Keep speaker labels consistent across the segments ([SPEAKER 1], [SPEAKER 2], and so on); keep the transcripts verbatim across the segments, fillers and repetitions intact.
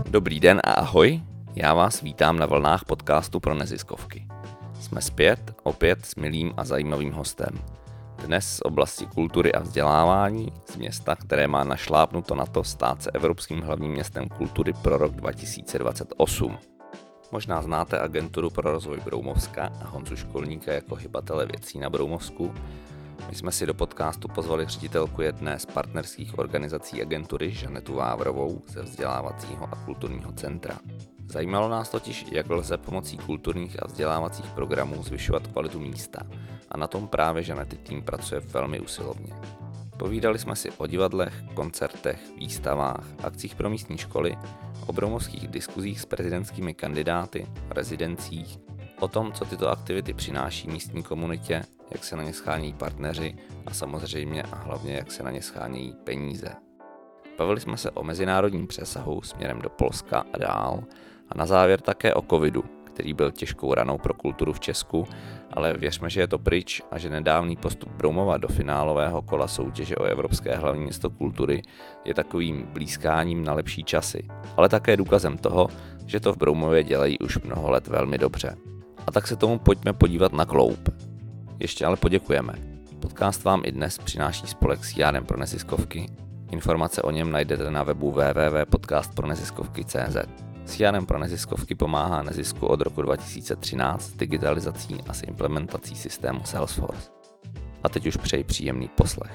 [SPEAKER 1] Dobrý den a ahoj, já vás vítám na vlnách podcastu pro neziskovky. Jsme zpět, opět s milým a zajímavým hostem. Dnes z oblasti kultury a vzdělávání, z města, které má našlápnuto na to stát se Evropským hlavním městem kultury pro rok dva tisíce dvacet osm. Možná znáte agenturu pro rozvoj Broumovska a Honzu Školníka jako hybatele věcí na Broumovsku. My jsme si do podcastu pozvali ředitelku jedné z partnerských organizací agentury Žanetu Vávrovou ze vzdělávacího a kulturního centra. Zajímalo nás totiž, jak lze pomocí kulturních a vzdělávacích programů zvyšovat kvalitu místa a na tom právě Žanety tým pracuje velmi usilovně. Povídali jsme si o divadlech, koncertech, výstavách, akcích pro místní školy, o broumovských diskuzích s prezidentskými kandidáty, rezidencích, o tom, co tyto aktivity přináší místní komunitě, jak se na ně schánějí partneři a samozřejmě a hlavně jak se na ně schánějí peníze. Bavili jsme se o mezinárodním přesahu směrem do Polska a dál a na závěr také o covidu, který byl těžkou ranou pro kulturu v Česku, ale věřme, že je to pryč a že nedávný postup Broumova do finálového kola soutěže o Evropské hlavní město kultury je takovým blýskáním na lepší časy, ale také důkazem toho, že to v Broumově dělají už mnoho let velmi dobře. A tak se tomu pojďme podívat na kloub. Ještě ale poděkujeme. Podcast vám i dnes přináší spolek s Jánem pro neziskovky. Informace o něm najdete na webu w w w tečka podcast pro neziskovky tečka c z. S Jánem pro neziskovky pomáhá nezisku od roku dva tisíce třináct s digitalizací a s implementací systému Salesforce. A teď už přeji příjemný poslech.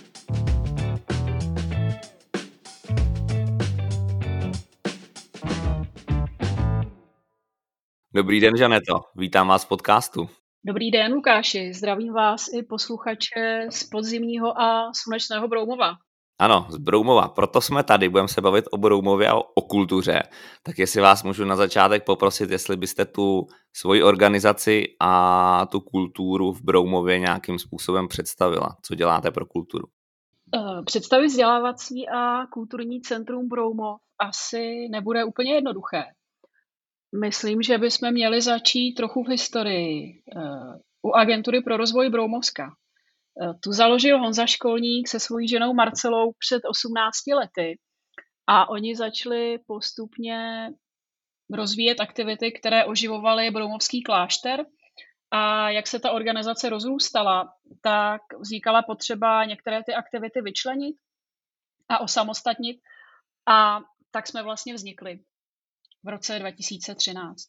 [SPEAKER 1] Dobrý den, Žaneto. Vítám vás v podcastu.
[SPEAKER 2] Dobrý den, Lukáši. Zdravím vás i posluchače z podzimního a slunečného Broumova.
[SPEAKER 1] Ano, z Broumova. Proto jsme tady, budeme se bavit o Broumově a o kultuře. Tak jestli vás můžu na začátek poprosit, jestli byste tu svoji organizaci a tu kulturu v Broumově nějakým způsobem představila. Co děláte pro kulturu?
[SPEAKER 2] Představit vzdělávací a kulturní centrum Broumov asi nebude úplně jednoduché. Myslím, že bychom měli začít trochu v historii. U agentury pro rozvoj Broumovska. Tu založil Honza Školník se svojí ženou Marcelou před osmnácti lety a oni začali postupně rozvíjet aktivity, které oživovaly broumovský klášter. A jak se ta organizace rozrůstala, tak vznikala potřeba některé ty aktivity vyčlenit a osamostatnit. A tak jsme vlastně vznikli v roce dva tisíce třináct.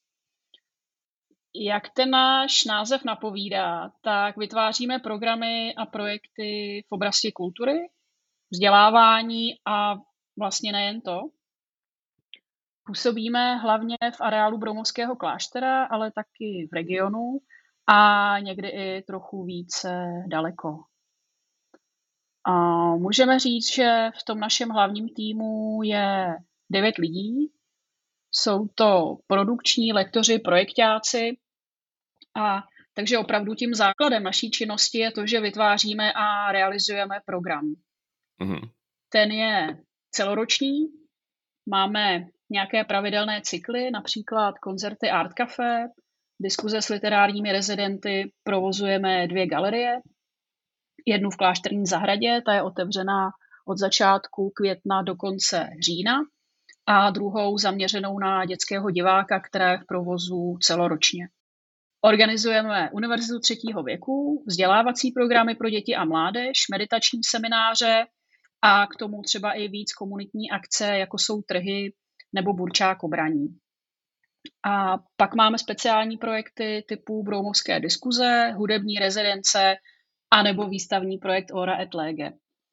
[SPEAKER 2] Jak ten náš název napovídá, tak vytváříme programy a projekty v oblasti kultury, vzdělávání a vlastně nejen to. Působíme hlavně v areálu Broumovského kláštera, ale taky v regionu a někdy i trochu více daleko. A můžeme říct, že v tom našem hlavním týmu je devět lidí. Jsou to produkční lektoři, projekťáci, a takže opravdu tím základem naší činnosti je to, že vytváříme a realizujeme program. Mm-hmm. Ten je celoroční, máme nějaké pravidelné cykly, například koncerty Art Café, diskuze s literárními rezidenty, provozujeme dvě galerie, jednu v Klášterní zahradě, ta je otevřená od začátku května do konce října, a druhou zaměřenou na dětského diváka, která je v provozu celoročně. Organizujeme univerzitu třetího věku, vzdělávací programy pro děti a mládež, meditační semináře a k tomu třeba i víc komunitní akce, jako jsou trhy nebo burčák obraní. A pak máme speciální projekty typu broumovské diskuze, hudební rezidence a nebo výstavní projekt Ora et Lege.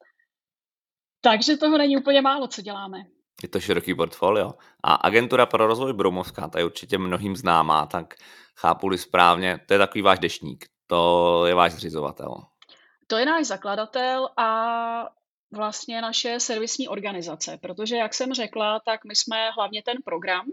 [SPEAKER 2] Takže toho není úplně málo, co děláme.
[SPEAKER 1] Je to široký portfolio. A agentura pro rozvoj Broumovska, ta je určitě mnohým známá, tak chápu-li správně, to je takový váš deštník, to je váš zřizovatel.
[SPEAKER 2] To je náš zakladatel a vlastně naše servisní organizace, protože jak jsem řekla, tak my jsme hlavně ten program,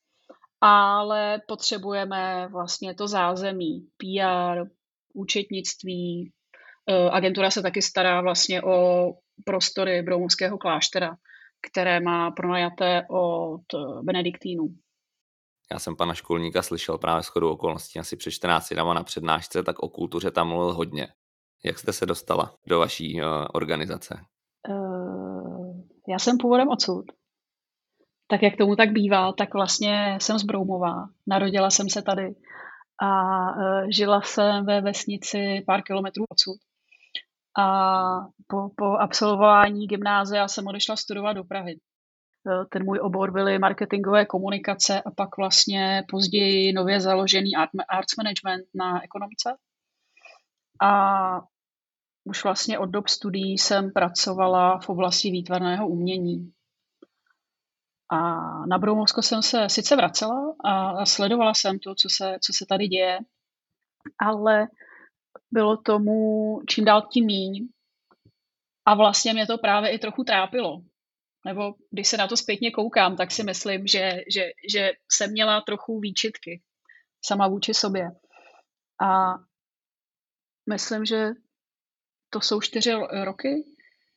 [SPEAKER 2] ale potřebujeme vlastně to zázemí, P R, účetnictví. Agentura se taky stará vlastně o prostory Broumovského kláštera, které má pronajaté od benediktínů.
[SPEAKER 1] Já jsem pana Školníka slyšel právě shodou okolností asi před čtrnácti dama na přednášce, tak o kultuře tam mluvil hodně. Jak jste se dostala do vaší uh, organizace?
[SPEAKER 2] Uh, já jsem původem odsud. Tak jak tomu tak bývá, tak vlastně jsem z Broumova. Narodila jsem se tady a e, žila jsem ve vesnici pár kilometrů odsud. A po, po absolvování gymnázia jsem odešla studovat do Prahy. E, Ten můj obor byly marketingové komunikace a pak vlastně později nově založený art, arts management na ekonomice. A už vlastně od dob studií jsem pracovala v oblasti výtvarného umění. A na Broumovsko jsem se sice vracela a sledovala jsem to, co se, co se tady děje, ale bylo tomu čím dál tím míň. A vlastně mě to právě i trochu trápilo. Nebo když se na to zpětně koukám, tak si myslím, že, že, že jsem měla trochu výčitky sama vůči sobě. A myslím, že to jsou čtyři roky,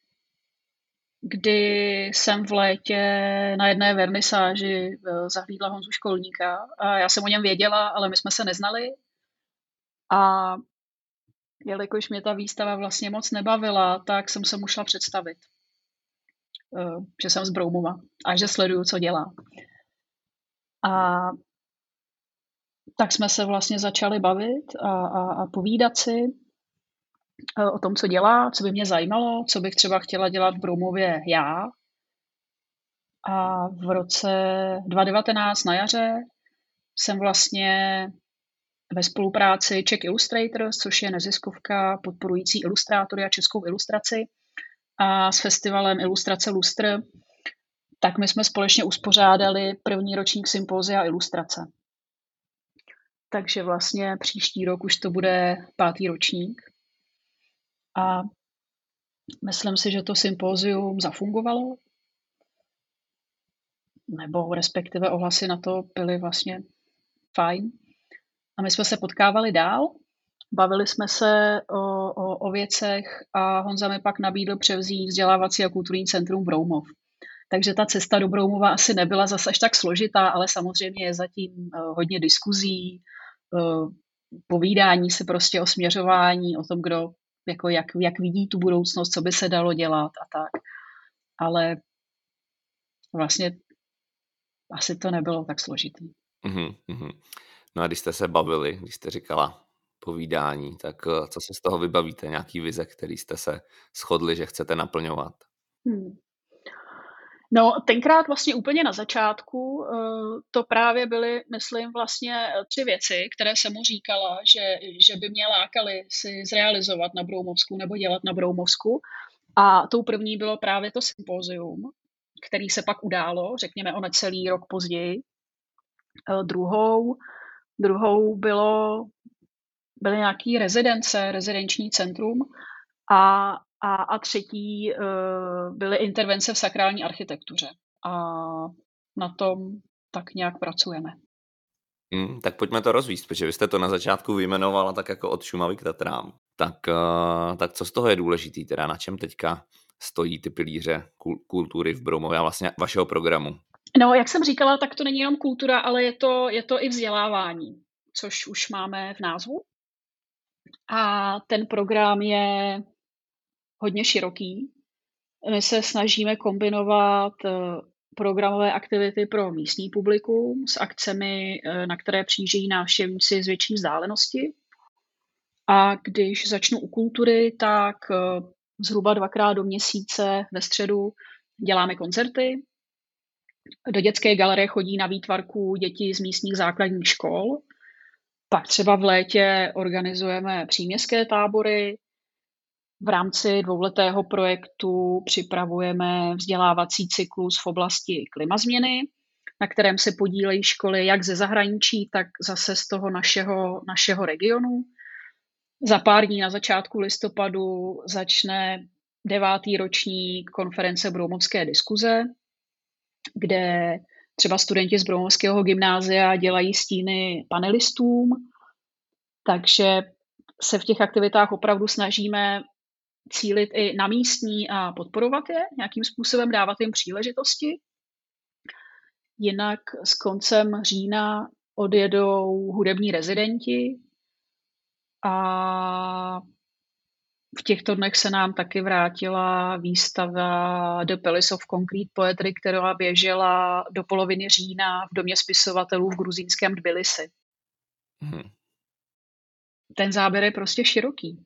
[SPEAKER 2] kdy jsem v létě na jedné vernisáži zahlídla Honzu Školníka a já jsem o něm věděla, ale my jsme se neznali. A jelikož mě ta výstava vlastně moc nebavila, tak jsem se mu šla představit, že jsem z Broumova a že sleduju, co dělá. A tak jsme se vlastně začali bavit a, a, a povídat si o tom, co dělá, co by mě zajímalo, co bych třeba chtěla dělat v Broumově já. A v roce dva tisíce devatenáct na jaře jsem vlastně ve spolupráci Czech Illustrators, což je neziskovka podporující ilustrátory a českou ilustraci, a s festivalem Ilustrace Lustr, tak my jsme společně uspořádali první ročník sympózia ilustrace. Takže vlastně příští rok už to bude pátý ročník. A myslím si, že to sympózium zafungovalo, nebo respektive ohlasy na to byly vlastně fajn. A my jsme se potkávali dál, bavili jsme se o, o, o věcech a Honza mi pak nabídl převzít vzdělávací a kulturní centrum Broumov. Takže ta cesta do Broumova asi nebyla zase až tak složitá, ale samozřejmě je zatím hodně diskuzí, povídání si prostě o směřování, o tom, kdo jako jak, jak vidí tu budoucnost, co by se dalo dělat a tak. Ale vlastně asi to nebylo tak složitý.
[SPEAKER 1] Mm-hmm. No a když jste se bavili, když jste říkala povídání, tak co si z toho vybavíte? Nějaký vize, který jste se shodli, že chcete naplňovat?
[SPEAKER 2] Hmm. No, tenkrát vlastně úplně na začátku to právě byly, myslím, vlastně tři věci, které jsem mu říkala, že, že by mě lákaly si zrealizovat na Broumovsku nebo dělat na Broumovsku. A tou první bylo právě to sympózium, který se pak událo, řekněme o necelý rok později. Druhou, druhou bylo, byly nějaké rezidence, rezidenční centrum a A, a třetí uh, byly intervence v sakrální architektuře. A na tom tak nějak pracujeme.
[SPEAKER 1] Hmm, tak pojďme to rozvíct, protože vy jste to na začátku vyjmenovala tak jako od Šumavy k Tatrám. Tak, uh, tak co z toho je důležitý, teda na čem teďka stojí ty pilíře kultury v Broumově a vlastně vašeho programu?
[SPEAKER 2] No, jak jsem říkala, tak to není jenom kultura, ale je to, je to i vzdělávání, což už máme v názvu. A ten program je hodně široký. My se snažíme kombinovat programové aktivity pro místní publikum s akcemi, na které přijíždějí návštěvníci z větší vzdálenosti. A když začnu u kultury, tak zhruba dvakrát do měsíce ve středu děláme koncerty. Do dětské galerie chodí na výtvarku děti z místních základních škol. Pak třeba v létě organizujeme příměstské tábory. V rámci dvouletého projektu připravujeme vzdělávací cyklus v oblasti klimazměny, na kterém se podílejí školy jak ze zahraničí, tak zase z toho našeho, našeho regionu. Za pár dní na začátku listopadu začne devátý ročník konference Broumovské diskuze, kde třeba studenti z Broumovského gymnázia dělají stíny panelistům, takže se v těch aktivitách opravdu snažíme cílit i na místní a podporovat je, nějakým způsobem dávat jim příležitosti. Jinak s koncem října odjedou hudební rezidenti a v těchto dnech se nám taky vrátila výstava The Palace of Concrete Poetry, která běžela do poloviny října v Domě spisovatelů v gruzínském Tbilisi.
[SPEAKER 1] Hmm.
[SPEAKER 2] Ten záběr je prostě široký.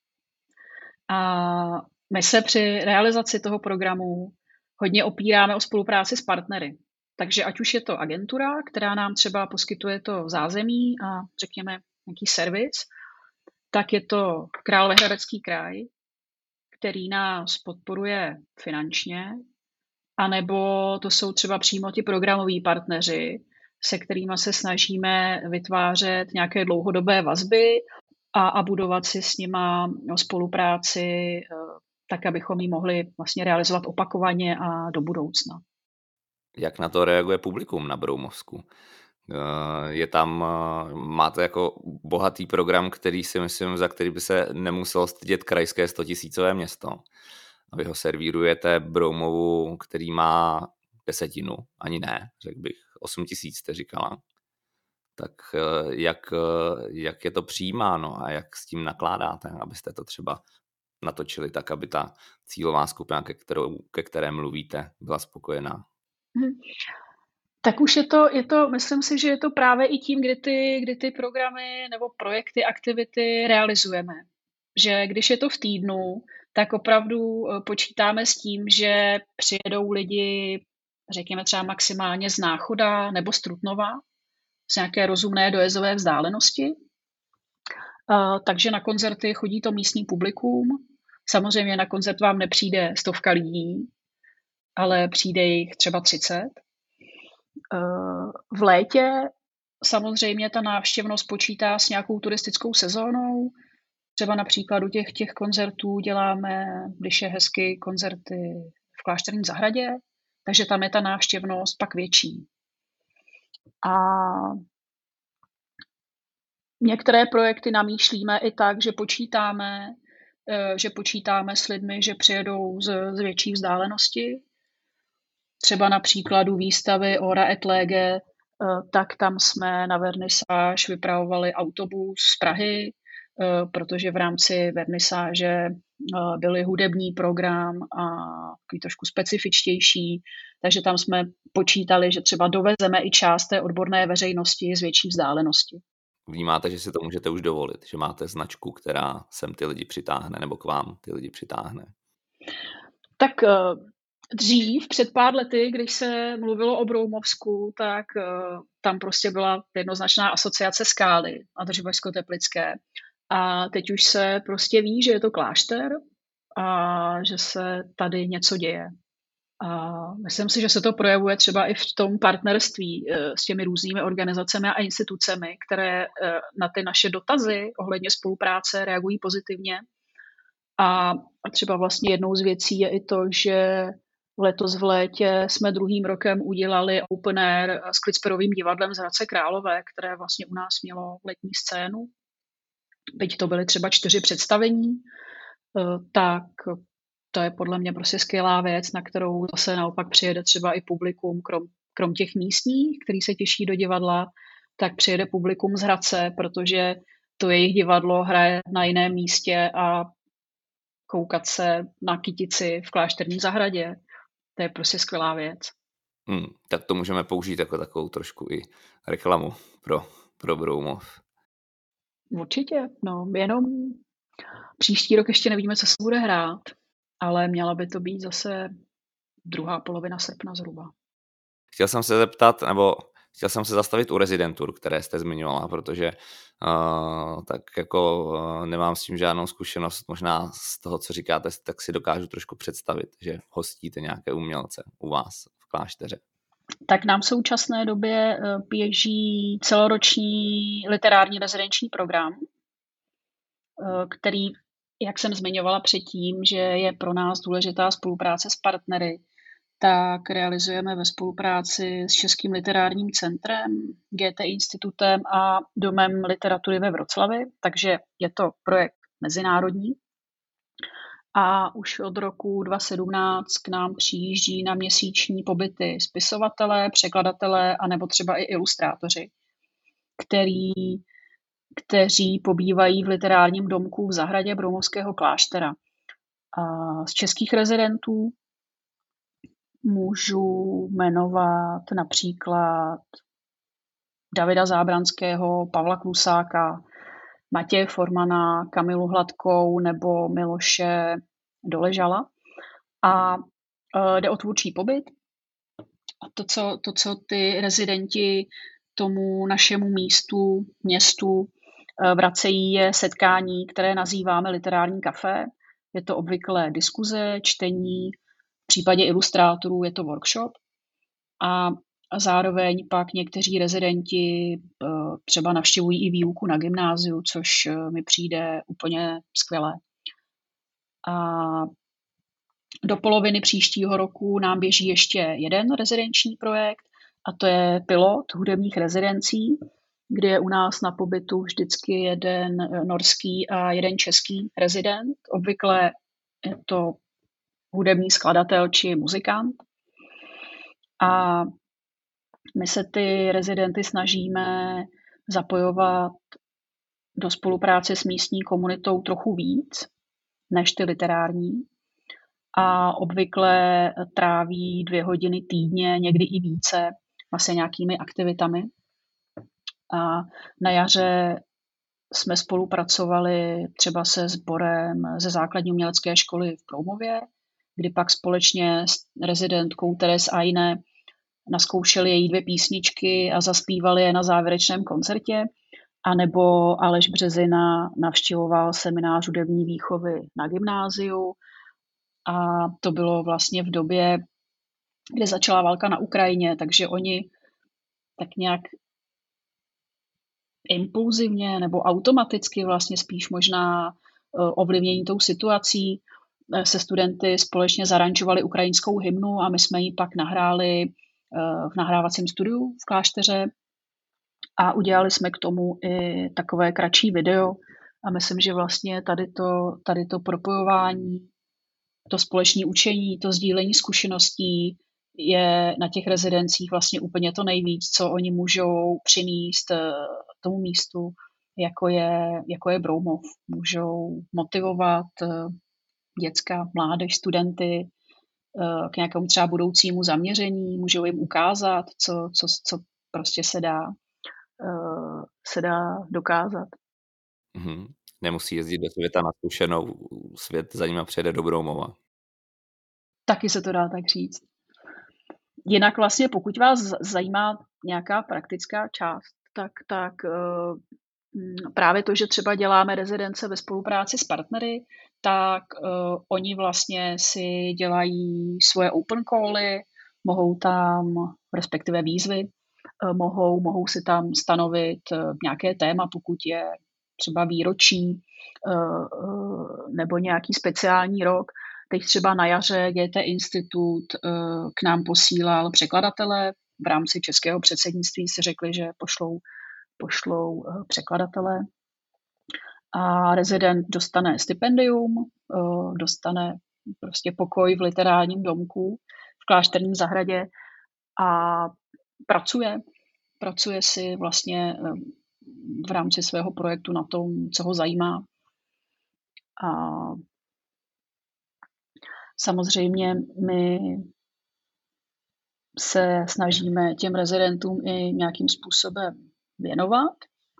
[SPEAKER 2] A my se při realizaci toho programu hodně opíráme o spolupráci s partnery. Takže ať už je to agentura, která nám třeba poskytuje to zázemí a řekněme nějaký servis, tak je to Královéhradecký kraj, který nás podporuje finančně, anebo to jsou třeba přímo ti programoví partneři, se kterými se snažíme vytvářet nějaké dlouhodobé vazby a, a budovat si s nima spolupráci tak, abychom ji mohli vlastně realizovat opakovaně a do budoucna.
[SPEAKER 1] Jak na to reaguje publikum na Broumovsku? Je tam, máte jako bohatý program, který si myslím, za který by se nemuselo stydět krajské stotisícové město. A vy ho servírujete Broumovu, který má desetinu, ani ne, řekl bych, osm tisíc jste říkala. Tak jak, jak je to přijímáno a jak s tím nakládáte, abyste to třeba natočili tak, aby ta cílová skupina, ke, kterou, ke které mluvíte, byla spokojená?
[SPEAKER 2] Hmm. Tak už je to, je to, myslím si, že je to právě i tím, kdy ty, kdy ty programy nebo projekty, aktivity realizujeme. Že když je to v týdnu, tak opravdu počítáme s tím, že přijedou lidi, řekněme třeba maximálně z Náchoda nebo z Trutnova, z nějaké rozumné dojezdové vzdálenosti. Uh, takže na koncerty chodí to místní publikum. Samozřejmě na koncert vám nepřijde stovka lidí, ale přijde jich třeba třicet. Uh, v létě samozřejmě ta návštěvnost počítá s nějakou turistickou sezónou. Třeba na příkladu těch, těch koncertů děláme, když je hezky, koncerty v Klášterní zahradě, takže tam je ta návštěvnost pak větší. A některé projekty namýšlíme i tak, že počítáme, že počítáme s lidmi, že přijedou z, z větší vzdálenosti. Třeba na příkladu výstavy Ora et Lege, tak tam jsme na vernisáž vypravovali autobus z Prahy, protože v rámci vernisáže byl hudební program a takový trošku specifičtější, takže tam jsme počítali, že třeba dovezeme i část té odborné veřejnosti z větší vzdálenosti.
[SPEAKER 1] Vnímáte, že si to můžete už dovolit, že máte značku, která sem ty lidi přitáhne nebo k vám ty lidi přitáhne?
[SPEAKER 2] Tak dřív, před pár lety, když se mluvilo o Broumovsku, tak tam prostě byla jednoznačná asociace Skály a Držbašsko-Teplické. A teď už se prostě ví, že je to klášter a že se tady něco děje. A myslím si, že se to projevuje třeba i v tom partnerství s těmi různými organizacemi a institucemi, které na ty naše dotazy ohledně spolupráce reagují pozitivně. A třeba vlastně jednou z věcí je i to, že letos v létě jsme druhým rokem udělali open air s Klitsperovým divadlem z Hradce Králové, které vlastně u nás mělo letní scénu. Byť to byly třeba čtyři představení, tak to je podle mě prostě skvělá věc, na kterou zase naopak přijede třeba i publikum, krom, krom těch místních, který se těší do divadla, tak přijede publikum z Hradce, protože to jejich divadlo hraje na jiném místě a koukat se na kytici v Klášterní zahradě, to je prostě skvělá věc.
[SPEAKER 1] Hmm, tak to můžeme použít jako takovou trošku i reklamu pro, pro Broumov.
[SPEAKER 2] Určitě, no, jenom příští rok ještě nevíme, co se bude hrát, ale měla by to být zase druhá polovina srpna zhruba.
[SPEAKER 1] Chtěl jsem se zeptat, nebo chtěl jsem se zastavit u rezidentur, které jste zmiňovala, protože uh, tak jako uh, nemám s tím žádnou zkušenost, možná z toho, co říkáte, tak si dokážu trošku představit, že hostíte nějaké umělce u vás v klášteře.
[SPEAKER 2] Tak nám v současné době běží celoroční literární rezidenční program, který, jak jsem zmiňovala předtím, že je pro nás důležitá spolupráce s partnery, tak realizujeme ve spolupráci s Českým literárním centrem, G T institutem a Domem literatury ve Wroclawi, takže je to projekt mezinárodní. A už od roku dva tisíce sedmnáct k nám přijíždí na měsíční pobyty spisovatelé, překladatelé a nebo třeba i ilustrátoři, který kteří pobývají v literárním domku v zahradě Broumovského kláštera. A z českých rezidentů můžu jmenovat například Davida Zábranského, Pavla Klusáka, Matěje Formana, Kamilu Hladkou nebo Miloše Doležala. A jde o tvůrčí pobyt. A to, co, to, co ty rezidenti tomu našemu místu, městu vracejí, je setkání, které nazýváme literární kafé. Je to obvykle diskuze, čtení, v případě ilustrátorů je to workshop. A zároveň pak někteří rezidenti třeba navštěvují i výuku na gymnáziu, což mi přijde úplně skvělé. A do poloviny příštího roku nám běží ještě jeden rezidenční projekt, a to je pilot hudebních rezidencí, kde je u nás na pobytu vždycky jeden norský a jeden český rezident. Obvykle je to hudební skladatel či muzikant. A my se ty rezidenty snažíme zapojovat do spolupráce s místní komunitou trochu víc než ty literární. A obvykle tráví dvě hodiny týdně, někdy i více, vlastně nějakými aktivitami. A na jaře jsme spolupracovali třeba se sborem ze základní umělecké školy v Broumově, kdy pak společně s rezidentkou Teres Aine nazkoušeli její dvě písničky a zaspívali je na závěrečném koncertě. A nebo Aleš Březina navštěvoval seminář hudební výchovy na gymnáziu. A to bylo vlastně v době, kdy začala válka na Ukrajině, takže oni tak nějak impulzivně nebo automaticky vlastně spíš možná ovlivnění tou situací se studenty společně zarančovali ukrajinskou hymnu a my jsme ji pak nahráli v nahrávacím studiu v klášteře a udělali jsme k tomu i takové kratší video a myslím, že vlastně tady to, tady to propojování, to společné učení, to sdílení zkušeností je na těch rezidencích vlastně úplně to nejvíc, co oni můžou přinést tomu místu, jako je, jako je Broumov. Můžou motivovat děcka, mládež, studenty k nějakému třeba budoucímu zaměření, můžou jim ukázat, co, co, co prostě se dá, se dá dokázat.
[SPEAKER 1] Mm-hmm. Nemusí jezdit do světa na zkušenou, svět za nima přijede do Broumova.
[SPEAKER 2] Taky se to dá tak říct. Jinak vlastně, pokud vás zajímá nějaká praktická část, tak, tak právě to, že třeba děláme rezidence ve spolupráci s partnery, tak uh, oni vlastně si dělají svoje open cally, mohou tam, respektive výzvy, uh, mohou, mohou si tam stanovit uh, nějaké téma, pokud je třeba výročí uh, uh, nebo nějaký speciální rok. Teď třeba na jaře G T Institut uh, k nám posílal překladatele. V rámci českého předsednictví si řekli, že pošlou, pošlou uh, překladatele. A rezident dostane stipendium, dostane prostě pokoj v literárním domku v klášterním zahradě a pracuje. Pracuje si vlastně v rámci svého projektu na tom, co ho zajímá. A samozřejmě my se snažíme těm rezidentům i nějakým způsobem věnovat.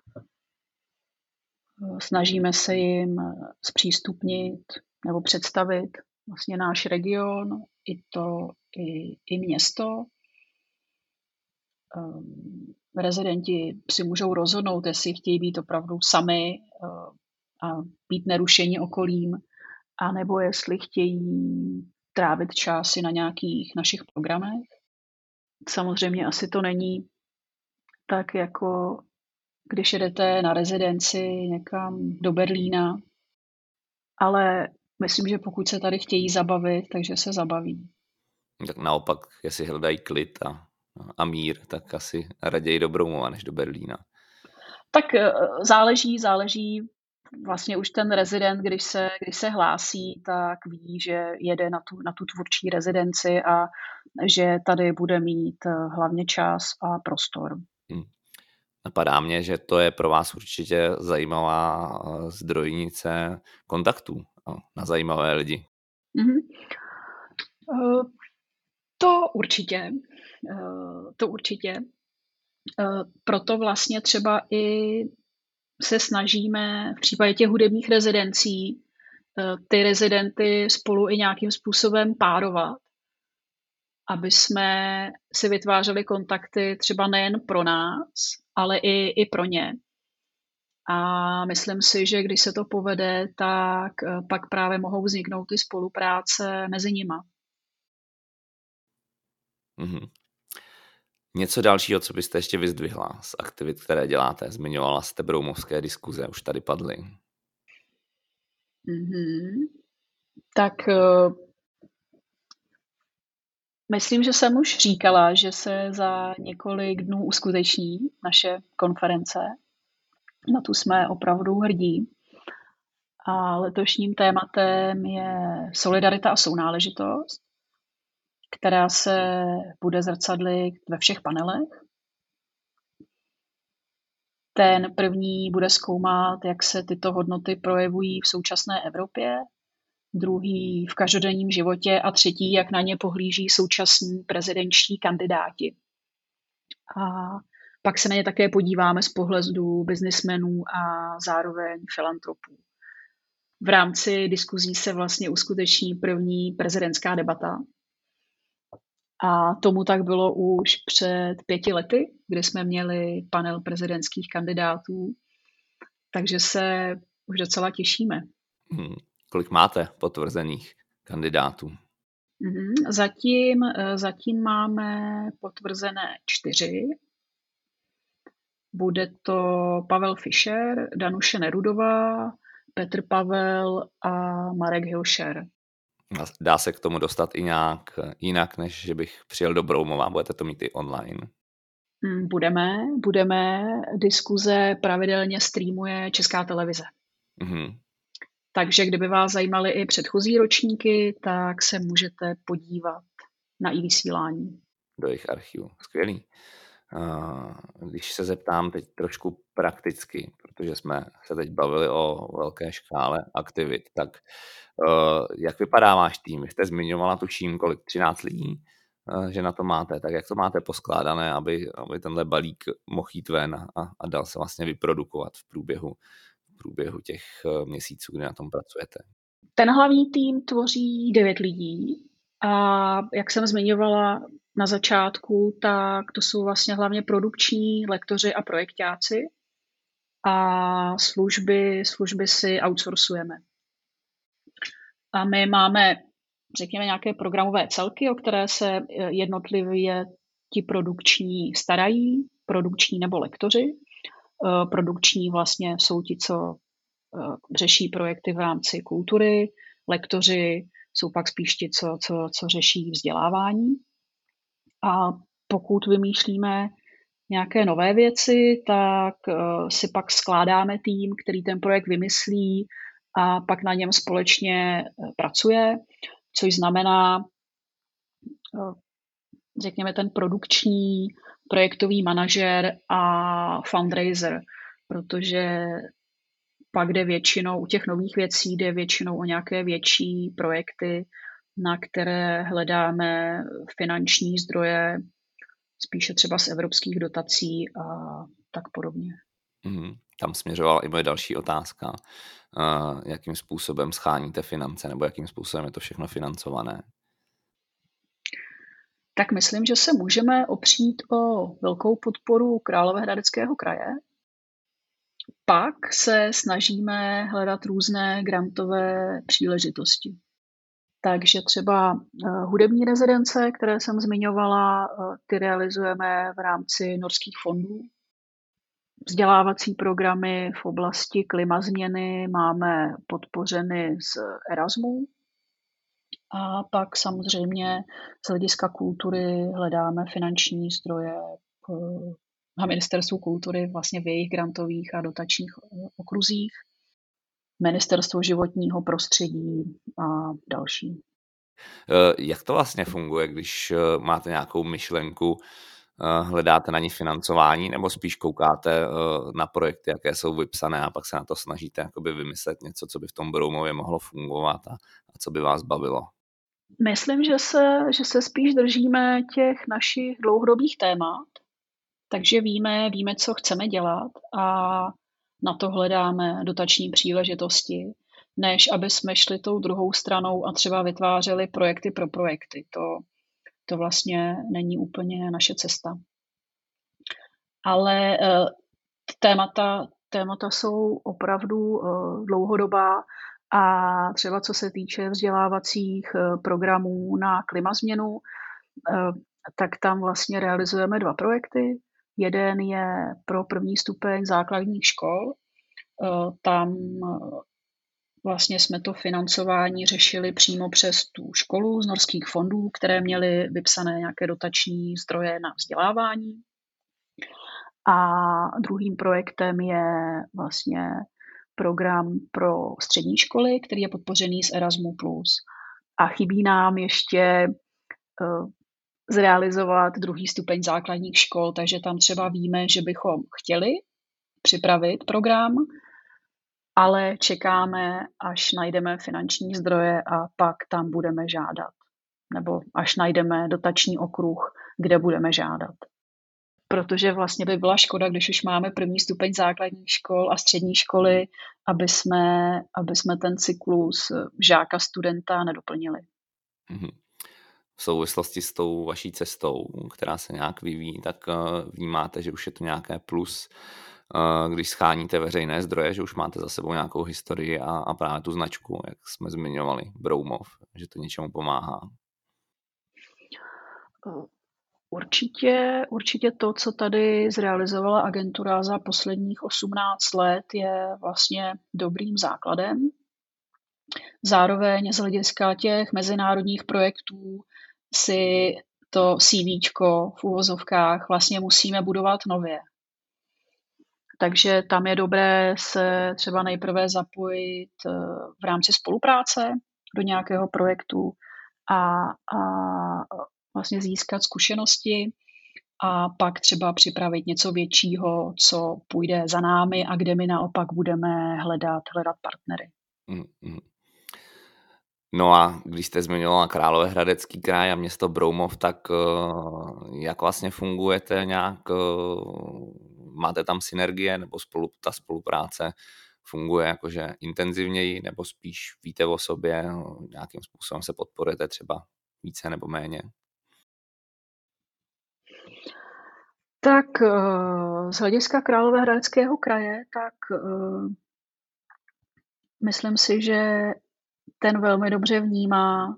[SPEAKER 2] Snažíme se jim zpřístupnit nebo představit vlastně náš region, i to, i, i město. Um, rezidenti si můžou rozhodnout, jestli chtějí být opravdu sami uh, a být nerušeni okolím, anebo jestli chtějí trávit časy na nějakých našich programech. Samozřejmě asi to není tak jako když jedete na rezidenci někam do Berlína, ale myslím, že pokud se tady chtějí zabavit, takže se zabaví.
[SPEAKER 1] Tak naopak, jestli hledají klid a, a mír, tak asi raději do Broumova než do Berlína.
[SPEAKER 2] Tak záleží, záleží. Vlastně už ten rezident, když se, když se hlásí, tak ví, že jede na tu, na tu tvůrčí rezidenci a že tady bude mít hlavně čas a prostor. Hmm.
[SPEAKER 1] Napadá mě, že to je pro vás určitě zajímavá zdrojnice kontaktů na zajímavé lidi.
[SPEAKER 2] Mm-hmm. Uh, to určitě. Uh, to určitě. Uh, proto vlastně třeba i se snažíme v případě těch hudebních rezidencí uh, ty rezidenty spolu i nějakým způsobem párovat, aby jsme si vytvářeli kontakty třeba nejen pro nás, ale i, i pro ně. A myslím si, že když se to povede, tak pak právě mohou vzniknout ty spolupráce mezi nima.
[SPEAKER 1] Mm-hmm. Něco dalšího, co byste ještě vyzdvihla z aktivit, které děláte? Zmiňovala jste broumovské diskuze, už tady padly.
[SPEAKER 2] Mm-hmm. Tak uh, myslím, že jsem už říkala, že se za několik dnů uskuteční naše konference. Na tu jsme opravdu hrdí. A letošním tématem je solidarita a sounáležitost, která se bude zrcadlit ve všech panelech. Ten první bude zkoumat, jak se tyto hodnoty projevují v současné Evropě, druhý v každodenním životě a třetí, jak na ně pohlíží současní prezidentští kandidáti. A pak se na ně také podíváme z pohledu biznismenů a zároveň filantropů. V rámci diskuzí se vlastně uskuteční první prezidentská debata. A tomu tak bylo už před pěti lety, kdy jsme měli panel prezidentských kandidátů. Takže se už docela těšíme.
[SPEAKER 1] Hmm. Kolik máte potvrzených kandidátů?
[SPEAKER 2] Mm-hmm. Zatím, zatím máme potvrzené čtyři. Bude to Pavel Fischer, Danuše Nerudová, Petr Pavel a Marek Hilšer.
[SPEAKER 1] Dá se k tomu dostat i nějak jinak, než že bych přijel do Broumova? Budete to mít i online?
[SPEAKER 2] Budeme. Budeme. Diskuze pravidelně streamuje Česká televize.
[SPEAKER 1] Mm-hmm.
[SPEAKER 2] Takže kdyby vás zajímaly i předchozí ročníky, tak se můžete podívat na i vysílání.
[SPEAKER 1] Do jejich archivu. Skvělý. Když se zeptám teď trošku prakticky, protože jsme se teď bavili o velké škále aktivit, tak jak vypadá váš tým? Vy jste zmiňovala, tuším, kolik, třináct lidí, že na to máte. Tak jak to máte poskládané, aby, aby tenhle balík mohl jít ven a, a dal se vlastně vyprodukovat v průběhu, v průběhu těch měsíců, kdy na tom pracujete?
[SPEAKER 2] Ten hlavní tým tvoří devět lidí a jak jsem zmiňovala na začátku, tak to jsou vlastně hlavně produkční lektoři a projektáci a služby, služby si outsourcujeme. A my máme, řekněme, nějaké programové celky, o které se jednotlivě ti produkční starají, produkční nebo lektoři. Produkční vlastně jsou ti, co řeší projekty v rámci kultury, lektoři jsou pak spíš ti, co, co, co řeší vzdělávání. A pokud vymýšlíme nějaké nové věci, tak si pak skládáme tým, který ten projekt vymyslí a pak na něm společně pracuje, což znamená, řekněme, ten produkční projektový manažer a fundraiser, protože pak jde většinou, u těch nových věcí jde většinou o nějaké větší projekty, na které hledáme finanční zdroje, spíše třeba z evropských dotací a tak podobně.
[SPEAKER 1] Mm, tam směřovala i moje další otázka. Uh, jakým způsobem scháníte finance, nebo jakým způsobem je to všechno financované?
[SPEAKER 2] Tak myslím, že se můžeme opřít o velkou podporu Královéhradeckého kraje. Pak se snažíme hledat různé grantové příležitosti. Takže třeba uh, hudební rezidence, které jsem zmiňovala, uh, ty realizujeme v rámci norských fondů. Vzdělávací programy v oblasti klimazměny máme podpořeny z Erasmu. A pak samozřejmě z hlediska kultury hledáme finanční zdroje uh, na Ministerstvu kultury vlastně v jejich grantových a dotačních okruzích. Ministerstvo životního prostředí a další.
[SPEAKER 1] Jak to vlastně funguje, když máte nějakou myšlenku, hledáte na ně financování, nebo spíš koukáte na projekty, jaké jsou vypsané a pak se na to snažíte jakoby vymyslet něco, co by v tom Broumově mohlo fungovat a, a co by vás bavilo?
[SPEAKER 2] Myslím, že se, že se spíš držíme těch našich dlouhodobých témat, takže víme, víme, co chceme dělat a na to hledáme dotační příležitosti, než aby jsme šli tou druhou stranou a třeba vytvářeli projekty pro projekty. To, to vlastně není úplně naše cesta. Ale uh, témata, témata jsou opravdu uh, dlouhodobá a třeba co se týče vzdělávacích uh, programů na klimazměnu, uh, tak tam vlastně realizujeme dva projekty. Jeden je pro první stupeň základních škol. Uh, tam uh, vlastně jsme to financování řešili přímo přes tu školu z norských fondů, které měly vypsané nějaké dotační zdroje na vzdělávání. A druhým projektem je vlastně program pro střední školy, který je podpořený z Erasmu plus. A chybí nám ještě uh, zrealizovat druhý stupeň základních škol, takže tam třeba víme, že bychom chtěli připravit program, ale čekáme, až najdeme finanční zdroje a pak tam budeme žádat. Nebo až najdeme dotační okruh, kde budeme žádat. Protože vlastně by byla škoda, když už máme první stupeň základních škol a střední školy, aby jsme, aby jsme ten cyklus žáka, studenta nedoplnili.
[SPEAKER 1] V souvislosti s tou vaší cestou, která se nějak vyvíjí, tak vnímáte, že už je to nějaké plus, když scháníte veřejné zdroje, že už máte za sebou nějakou historii a, a právě tu značku, jak jsme zmiňovali, Broumov, že to něčemu pomáhá.
[SPEAKER 2] Určitě, určitě to, co tady zrealizovala agentura za posledních osmnáct let, je vlastně dobrým základem. Zároveň z hlediska těch mezinárodních projektů si to CVčko v uvozovkách vlastně musíme budovat nově. Takže tam je dobré se třeba nejprve zapojit v rámci spolupráce do nějakého projektu a, a vlastně získat zkušenosti a pak třeba připravit něco většího, co půjde za námi a kde my naopak budeme hledat, hledat partnery.
[SPEAKER 1] Mm-hmm. No a když jste zmiňovala Královéhradecký kraj a město Broumov, tak jak vlastně fungujete nějak, máte tam synergie nebo spolu, ta spolupráce funguje jakože intenzivněji nebo spíš víte o sobě, nějakým způsobem se podporujete třeba více nebo méně?
[SPEAKER 2] Tak z hlediska Královéhradeckého kraje, tak myslím si, že ten velmi dobře vnímá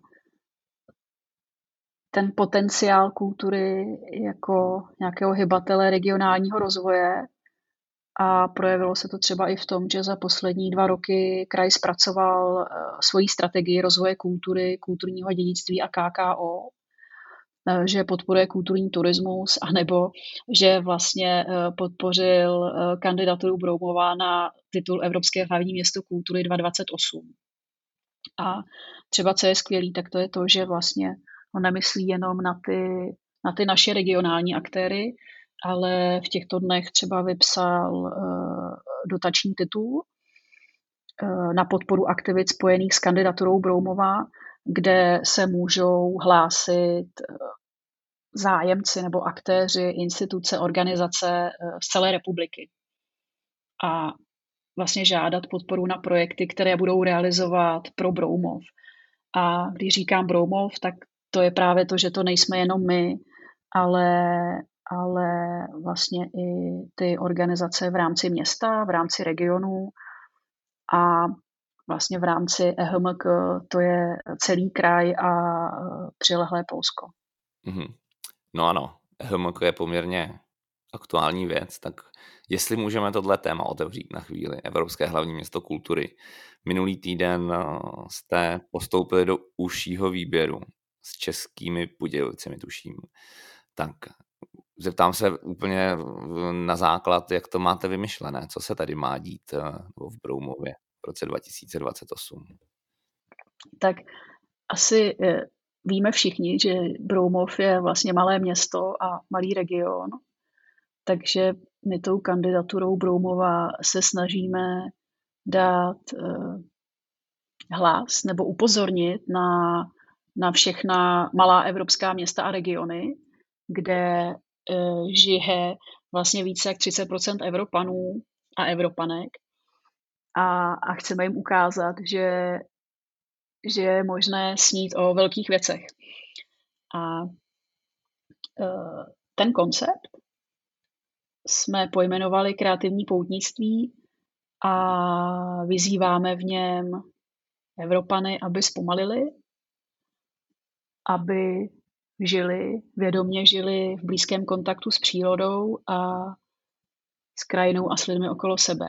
[SPEAKER 2] ten potenciál kultury jako nějakého hybatele regionálního rozvoje a projevilo se to třeba i v tom, že za poslední dva roky kraj zpracoval svoji strategii rozvoje kultury, kulturního dědictví a K K O, že podporuje kulturní turismus, anebo že vlastně podpořil kandidaturu Broumova na titul Evropské hlavní město kultury dva tisíce dvacet osm. A třeba co je skvělý, tak to je to, že vlastně on nemyslí jenom na ty, na ty naše regionální aktéry, ale v těchto dnech třeba vypsal uh, dotační titul uh, na podporu aktivit spojených s kandidaturou Broumova, kde se můžou hlásit uh, zájemci nebo aktéři, instituce, organizace uh, z celé republiky. A vlastně žádat podporu na projekty, které budou realizovat pro Broumov. A když říkám Broumov, tak to je právě to, že to nejsme jenom my, ale, ale vlastně i ty organizace v rámci města, v rámci regionu a vlastně v rámci E H M K to je celý kraj a přilehlé Polsko.
[SPEAKER 1] Mm-hmm. No ano, E H M K je poměrně aktuální věc, tak jestli můžeme tohle téma otevřít na chvíli, Evropské hlavní město kultury. Minulý týden jste postoupili do užšího výběru s Českými Budějovicemi, tuším. Tak zeptám se úplně na základ, jak to máte vymyšlené, co se tady má dít v Broumově v roce dva tisíce dvacet osm.
[SPEAKER 2] Tak asi víme všichni, že Broumov je vlastně malé město a malý region, takže my tou kandidaturou Broumova se snažíme dát uh, hlas nebo upozornit na, na všechna malá evropská města a regiony, kde uh, žije vlastně více jak třicet procent Evropanů a Evropanek. A, a chceme jim ukázat, že, že je možné snít o velkých věcech. A uh, ten koncept jsme pojmenovali kreativní poutnictví a vyzýváme v něm Evropany, aby zpomalili, aby žili, vědomě žili v blízkém kontaktu s přírodou a s krajinou a s lidmi okolo sebe.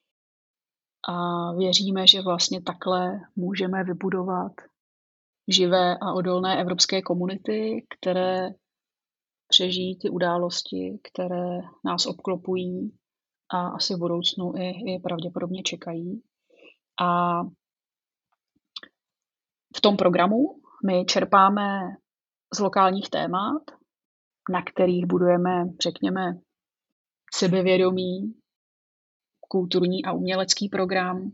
[SPEAKER 2] A věříme, že vlastně takhle můžeme vybudovat živé a odolné evropské komunity, které přežijí ty události, které nás obklopují a asi v budoucnu i, i pravděpodobně čekají. A v tom programu my čerpáme z lokálních témat, na kterých budujeme, řekněme, sebevědomý, kulturní a umělecký program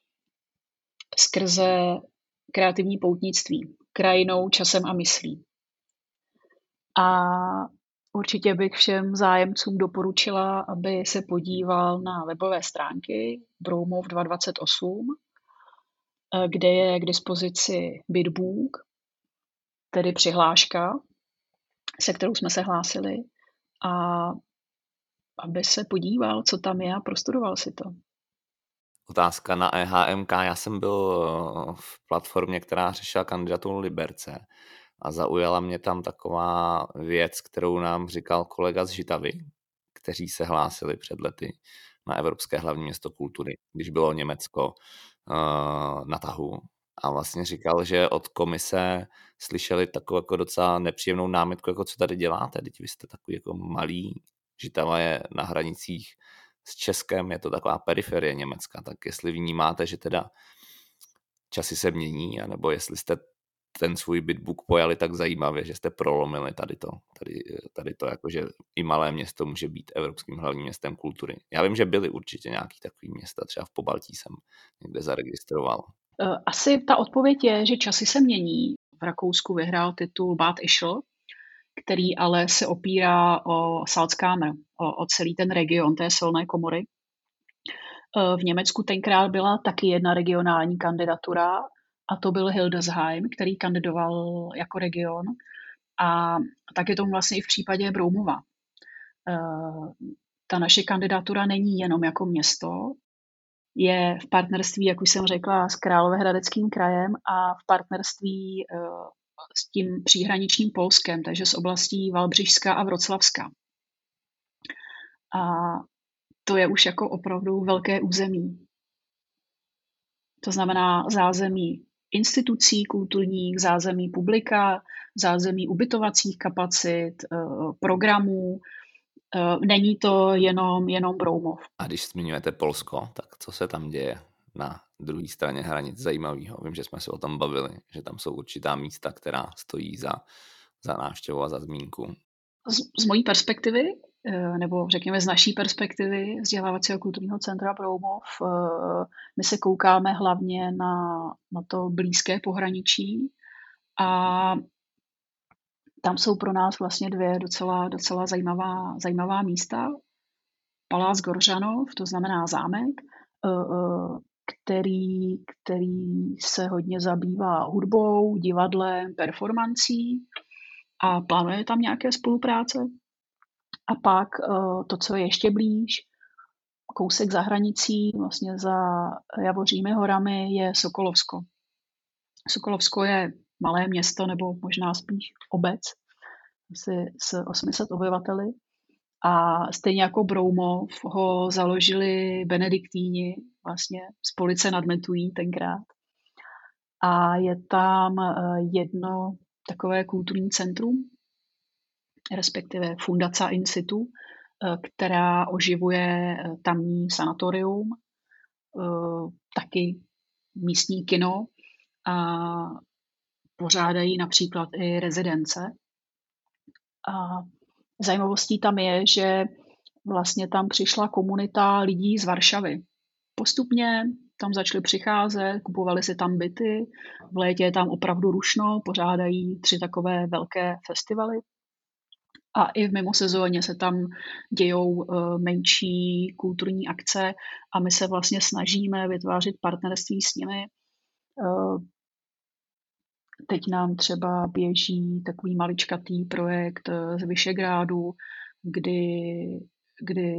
[SPEAKER 2] skrze kreativní poutnictví, krajinou, časem a myslí. A určitě bych všem zájemcům doporučila, aby se podíval na webové stránky Broumov dva tisíce dvacet osm, kde je k dispozici Bitbook, tedy přihláška, se kterou jsme se hlásili, a aby se podíval, co tam je a prostudoval si to.
[SPEAKER 1] Otázka na E H M K. Já jsem byl v platformě, která řešila kandidaturu Liberce a zaujala mě tam taková věc, kterou nám říkal kolega z Žitavy, kteří se hlásili před lety na Evropské hlavní město kultury, když bylo Německo uh, na tahu. A vlastně říkal, že od komise slyšeli takovou jako docela nepříjemnou námitku, jako co tady děláte, teď vy jste takový jako malý, Žitava je na hranicích s Českem, je to taková periferie Německa, tak jestli vnímáte, že teda časy se mění, anebo jestli jste ten svůj Bitbook pojali tak zajímavě, že jste prolomili tady to, tady, tady to, jakože i malé město může být evropským hlavním městem kultury. Já vím, že byly určitě nějaký takový města, třeba v Pobaltí jsem někde zaregistroval.
[SPEAKER 2] Asi ta odpověď je, že časy se mění. V Rakousku vyhrál titul Bad Ischl, který ale se opírá o Salzkammer, o, o celý ten region té silné komory. V Německu tenkrát byla taky jedna regionální kandidatura, a to byl Hildesheim, který kandidoval jako region. A tak je tomu vlastně i v případě Broumova. Ta naše kandidatura není jenom jako město, je v partnerství, jak už jsem řekla, s Královéhradeckým krajem a v partnerství s tím příhraničním Polskem, takže s oblastí Valbřišska a Vroclavska. A to je už jako opravdu velké území. To znamená zázemí institucí kulturních, zázemí publika, zázemí ubytovacích kapacit, programů. Není to jenom, jenom Broumov.
[SPEAKER 1] A když zmiňujete Polsko, tak co se tam děje na druhé straně hranic zajímavého? Vím, že jsme se o tom bavili, že tam jsou určitá místa, která stojí za, za návštěvu a za zmínku.
[SPEAKER 2] Z, z mojí perspektivy, nebo řekněme z naší perspektivy vzdělávacího kulturního centra Broumov, my se koukáme hlavně na, na to blízké pohraničí a tam jsou pro nás vlastně dvě docela, docela zajímavá, zajímavá místa. Palác Goržanov, to znamená zámek, který, který se hodně zabývá hudbou, divadlem, performancí a plánuje tam nějaké spolupráce. A pak to, co je ještě blíž, kousek za hranicí, vlastně za Javořími horami, je Sokolovsko. Sokolovsko je malé město, nebo možná spíš obec, asi s osmi set obyvateli. A stejně jako Broumov ho založili benediktíni, vlastně z Police nad Metují tenkrát. A je tam jedno takové kulturní centrum, respektive fundace in situ, která oživuje tamní sanatorium, taky místní kino a pořádají například i rezidence. A zajímavostí tam je, že vlastně tam přišla komunita lidí z Varšavy. Postupně tam začali přicházet, kupovali si tam byty, v létě je tam opravdu rušno, pořádají tři takové velké festivaly. A i v mimosezóně se tam dějou uh, menší kulturní akce a my se vlastně snažíme vytvářet partnerství s nimi. Uh, teď nám třeba běží takový maličkatý projekt z Vyšegrádu, kdy, kdy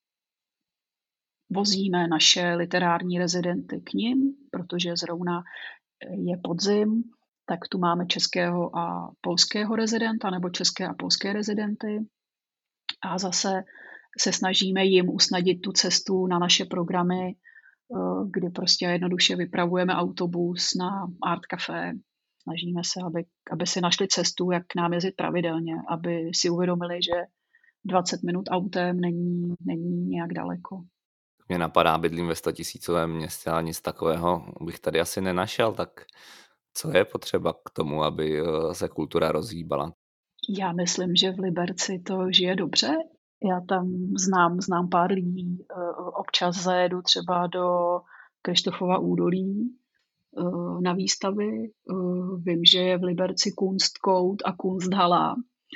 [SPEAKER 2] vozíme naše literární rezidenty k nim, protože zrovna je podzim, tak tu máme českého a polského rezidenta nebo české a polské rezidenty a zase se snažíme jim usnadnit tu cestu na naše programy, kdy prostě jednoduše vypravujeme autobus na Art Café. Snažíme se, aby, aby si našli cestu, jak k nám jezdit pravidelně, aby si uvědomili, že dvacet minut autem není, není nějak daleko.
[SPEAKER 1] Mě napadá, bydlím ve stotisícovém městě, ale nic takového bych tady asi nenašel, tak co je potřeba k tomu, aby se kultura rozhýbala?
[SPEAKER 2] Já myslím, že v Liberci to žije dobře. Já tam znám, znám pár lidí, občas zajedu třeba do Krištofova údolí na výstavy. Vím, že je v Liberci Kunstkout a Kunsthala.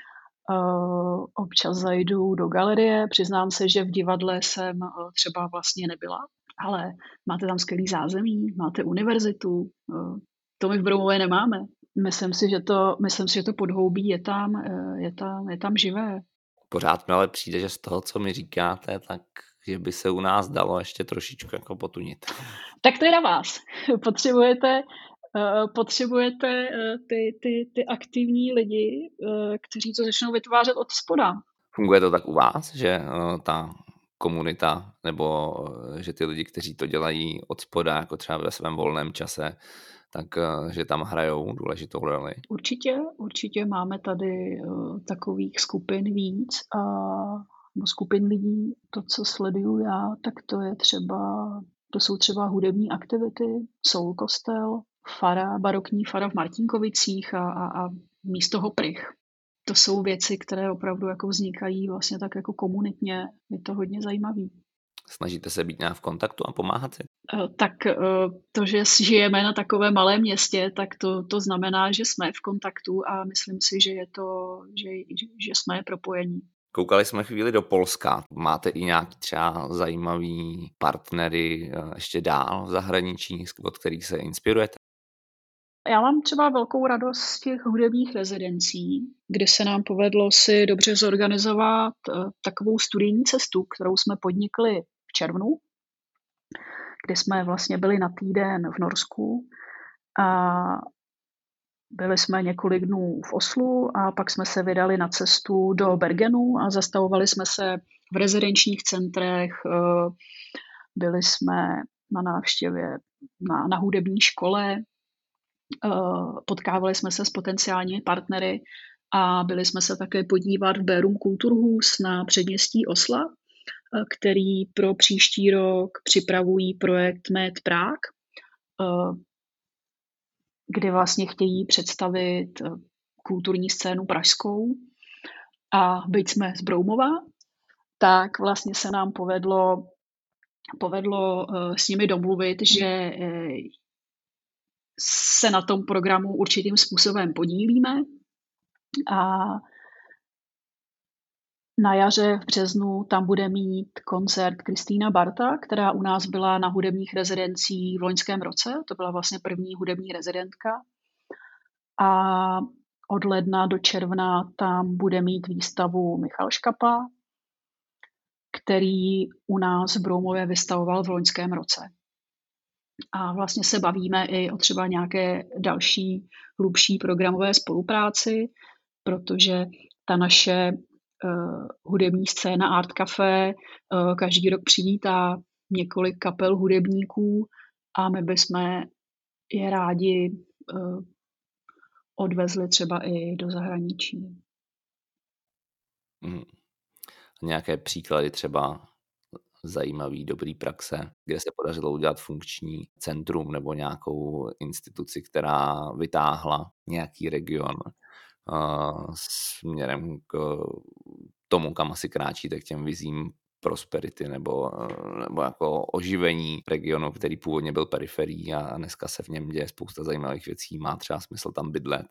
[SPEAKER 2] Občas zajdu do galerie, přiznám se, že v divadle jsem třeba vlastně nebyla, ale máte tam skvělý zázemí, máte univerzitu, to my v Broumové nemáme. Myslím si, že to, myslím si, že to podhoubí je tam, je tam, je tam živé.
[SPEAKER 1] Pořád mi ale přijde, že z toho, co mi říkáte, tak že by se u nás dalo ještě trošičku jako potunit.
[SPEAKER 2] Tak to je na vás. Potřebujete, uh, potřebujete uh, ty, ty, ty aktivní lidi, uh, kteří to začnou vytvářet od spoda.
[SPEAKER 1] Funguje to tak u vás, že uh, ta komunita, nebo uh, že ty lidi, kteří to dělají od spoda, jako třeba ve svém volném čase, tak uh, že tam hrajou důležitou roli?
[SPEAKER 2] Určitě, určitě máme tady uh, takových skupin víc a no, skupin lidí. To, co sleduju já, tak to je třeba, to jsou třeba hudební aktivity, soul kostel, fara, barokní fara v Martinkovicích a, a, a místo Hoprych. To jsou věci, které opravdu jako vznikají vlastně tak jako komunitně. Je to hodně zajímavý.
[SPEAKER 1] Snažíte se být nějak v kontaktu a pomáhat si?
[SPEAKER 2] Tak to, že žijeme na takovém malém městě, tak to, to znamená, že jsme v kontaktu a myslím si, že je to, že, že jsme propojení.
[SPEAKER 1] Koukali jsme chvíli do Polska. Máte i nějaký třeba zajímavý partnery ještě dál v zahraničí, od kterých se inspirujete?
[SPEAKER 2] Já mám třeba velkou radost z těch hudebních rezidencí, kde se nám povedlo si dobře zorganizovat takovou studijní cestu, kterou jsme podnikli v červnu, kde jsme vlastně byli na týden v Norsku a byli jsme několik dnů v Oslu a pak jsme se vydali na cestu do Bergenu a zastavovali jsme se v rezidenčních centrech, byli jsme na návštěvě na, na hudební škole, potkávali jsme se s potenciálními partnery a byli jsme se také podívat v Bærum Kulturhus na předměstí Osla, který pro příští rok připravují projekt Med Prague, kdy vlastně chtějí představit kulturní scénu pražskou. A byť jsme z Broumova, tak vlastně se nám povedlo, povedlo s nimi domluvit, že se na tom programu určitým způsobem podílíme. A na jaře v březnu tam bude mít koncert Kristýna Barta, která u nás byla na hudebních rezidencích v loňském roce. To byla vlastně první hudební rezidentka. A od ledna do června tam bude mít výstavu Michal Škapa, který u nás v Broumově vystavoval v loňském roce. A vlastně se bavíme i o třeba nějaké další hlubší programové spolupráci, protože ta naše uh, hudební scéna Art Café uh, každý rok přivítá několik kapel hudebníků a my bychom je rádi uh, odvezli třeba i do zahraničí.
[SPEAKER 1] Hmm. Nějaké příklady třeba zajímavý, dobrý praxe, kde se podařilo udělat funkční centrum nebo nějakou instituci, která vytáhla nějaký region uh, směrem k tomu, kam asi kráčíte, k těm vizím prosperity nebo, nebo jako oživení regionu, který původně byl periferií a dneska se v něm děje spousta zajímavých věcí, má třeba smysl tam bydlet.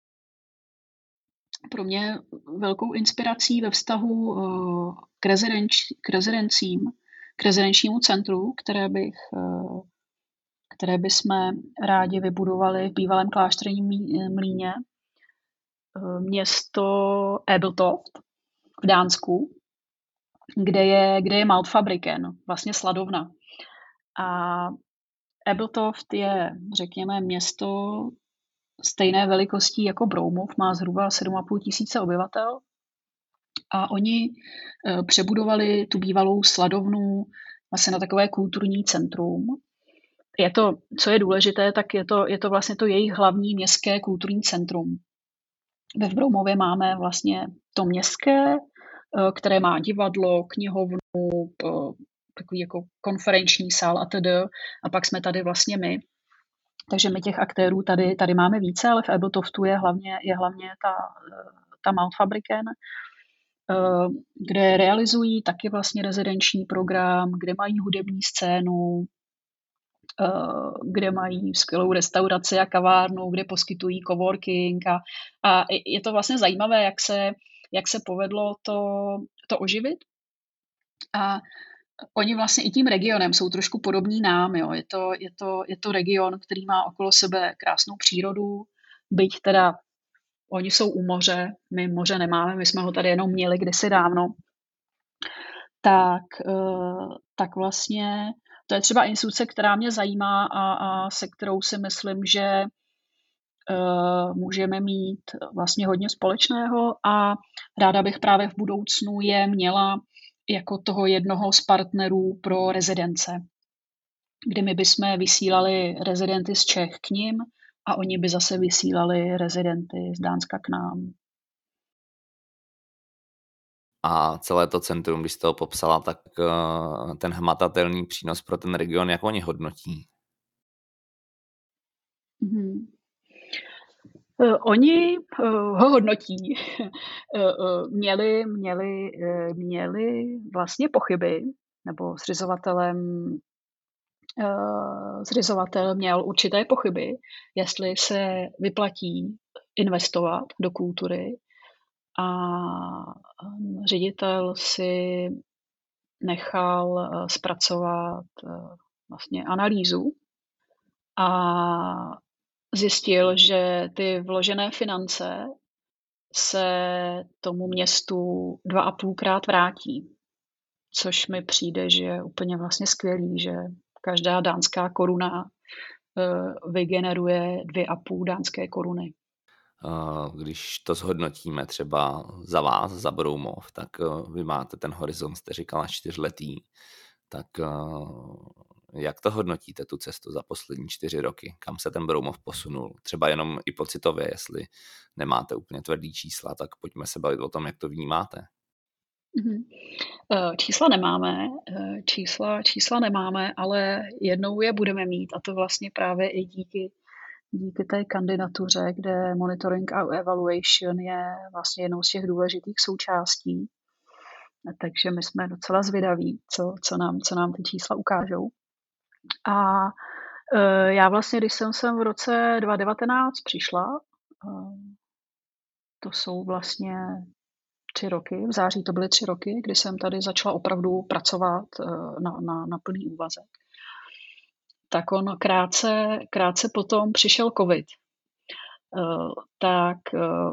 [SPEAKER 2] Pro mě velkou inspirací ve vztahu k, rezidenč, k rezidencím, k rezidenčnímu centru, které bych, které bychom rádi vybudovali v bývalém klášterním mlýně, město Ebeltoft v Dánsku, kde je, kde je Maltfabriken, vlastně sladovna. A Ebeltoft je, řekněme, město stejné velikostí jako Broumov, má zhruba sedm a půl tisíce obyvatel. A oni přebudovali tu bývalou sladovnu vlastně na takové kulturní centrum. Je to, co je důležité, tak je to, je to vlastně to jejich hlavní městské kulturní centrum. Ve Broumově máme vlastně to městské, které má divadlo, knihovnu, takový jako konferenční sál a tedy. A pak jsme tady vlastně my. Takže my těch aktérů tady, tady máme více, ale v Ebeltoftu je hlavně, je hlavně ta, ta Maltfabriken, kde realizují taky vlastně rezidenční program, kde mají hudební scénu, kde mají skvělou restauraci a kavárnu, kde poskytují coworking a, a je to vlastně zajímavé, jak se, jak se povedlo to, to oživit. A oni vlastně i tím regionem jsou trošku podobní nám. Jo. Je, to, je, to, je to region, který má okolo sebe krásnou přírodu, byť teda oni jsou u moře, my moře nemáme, my jsme ho tady jenom měli kdysi dávno. Tak, tak vlastně to je třeba instituce, která mě zajímá a, a se kterou si myslím, že uh, můžeme mít vlastně hodně společného a ráda bych právě v budoucnu je měla jako toho jednoho z partnerů pro rezidence, kdy my bychom vysílali rezidenty z Čech k nim a oni by zase vysílali rezidenty z Dánska k nám.
[SPEAKER 1] A celé to centrum, když jste ho popsala, tak ten hmatatelný přínos pro ten region, jak oni hodnotí?
[SPEAKER 2] Hmm. Oni ho hodnotí. Měli, měli, měli vlastně pochyby, nebo zřizovatelem zřizovatel měl určité pochyby, jestli se vyplatí investovat do kultury. A ředitel si nechal zpracovat vlastně analýzu a zjistil, že ty vložené finance se tomu městu dva a půlkrát vrátí, což mi přijde, že je úplně vlastně skvělý, že každá dánská koruna vygeneruje dvě a půl dánské koruny.
[SPEAKER 1] Když to zhodnotíme třeba za vás, za Broumov, tak vy máte ten horizont, jste říkala čtyřletý, tak jak to hodnotíte, tu cestu za poslední čtyři roky? Kam se ten Broumov posunul? Třeba jenom i pocitově, jestli nemáte úplně tvrdý čísla, tak pojďme se bavit o tom, jak to vnímáte.
[SPEAKER 2] Čísla nemáme, čísla, čísla nemáme, ale jednou je budeme mít a to vlastně právě i díky díky té kandidatuře, kde monitoring a evaluation je vlastně jednou z těch důležitých součástí. Takže my jsme docela zvědaví, co, co, nám, co nám ty čísla ukážou. A e, já vlastně, když jsem sem v roce dva tisíce devatenáct přišla, e, to jsou vlastně tři roky, v září to byly tři roky, kdy jsem tady začala opravdu pracovat e, na, na, na plný úvazek. Tak on krátce, krátce potom přišel covid. Uh, tak uh,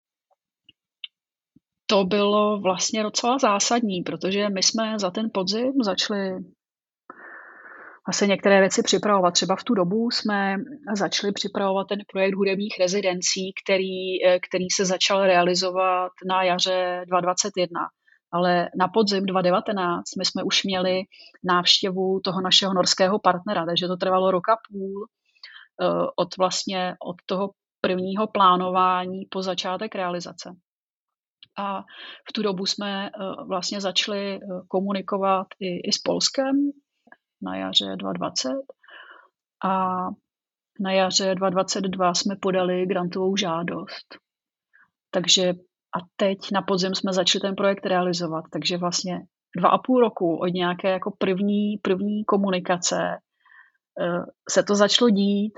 [SPEAKER 2] to bylo vlastně docela zásadní, protože my jsme za ten podzim začali asi některé věci připravovat. Třeba v tu dobu jsme začali připravovat ten projekt hudebních rezidencí, který, který se začal realizovat na jaře dva tisíce dvacet jedna. Ale na podzim dva tisíce devatenáct my jsme už měli návštěvu toho našeho norského partnera, takže to trvalo rok a půl od vlastně od toho prvního plánování po začátek realizace. A v tu dobu jsme vlastně začali komunikovat i, i s Polskem na jaře dva tisíce dvacet a na jaře dva tisíce dvacet dva jsme podali grantovou žádost. Takže a teď na podzim jsme začali ten projekt realizovat, takže vlastně dva a půl roku od nějaké jako první, první komunikace se to začalo dít.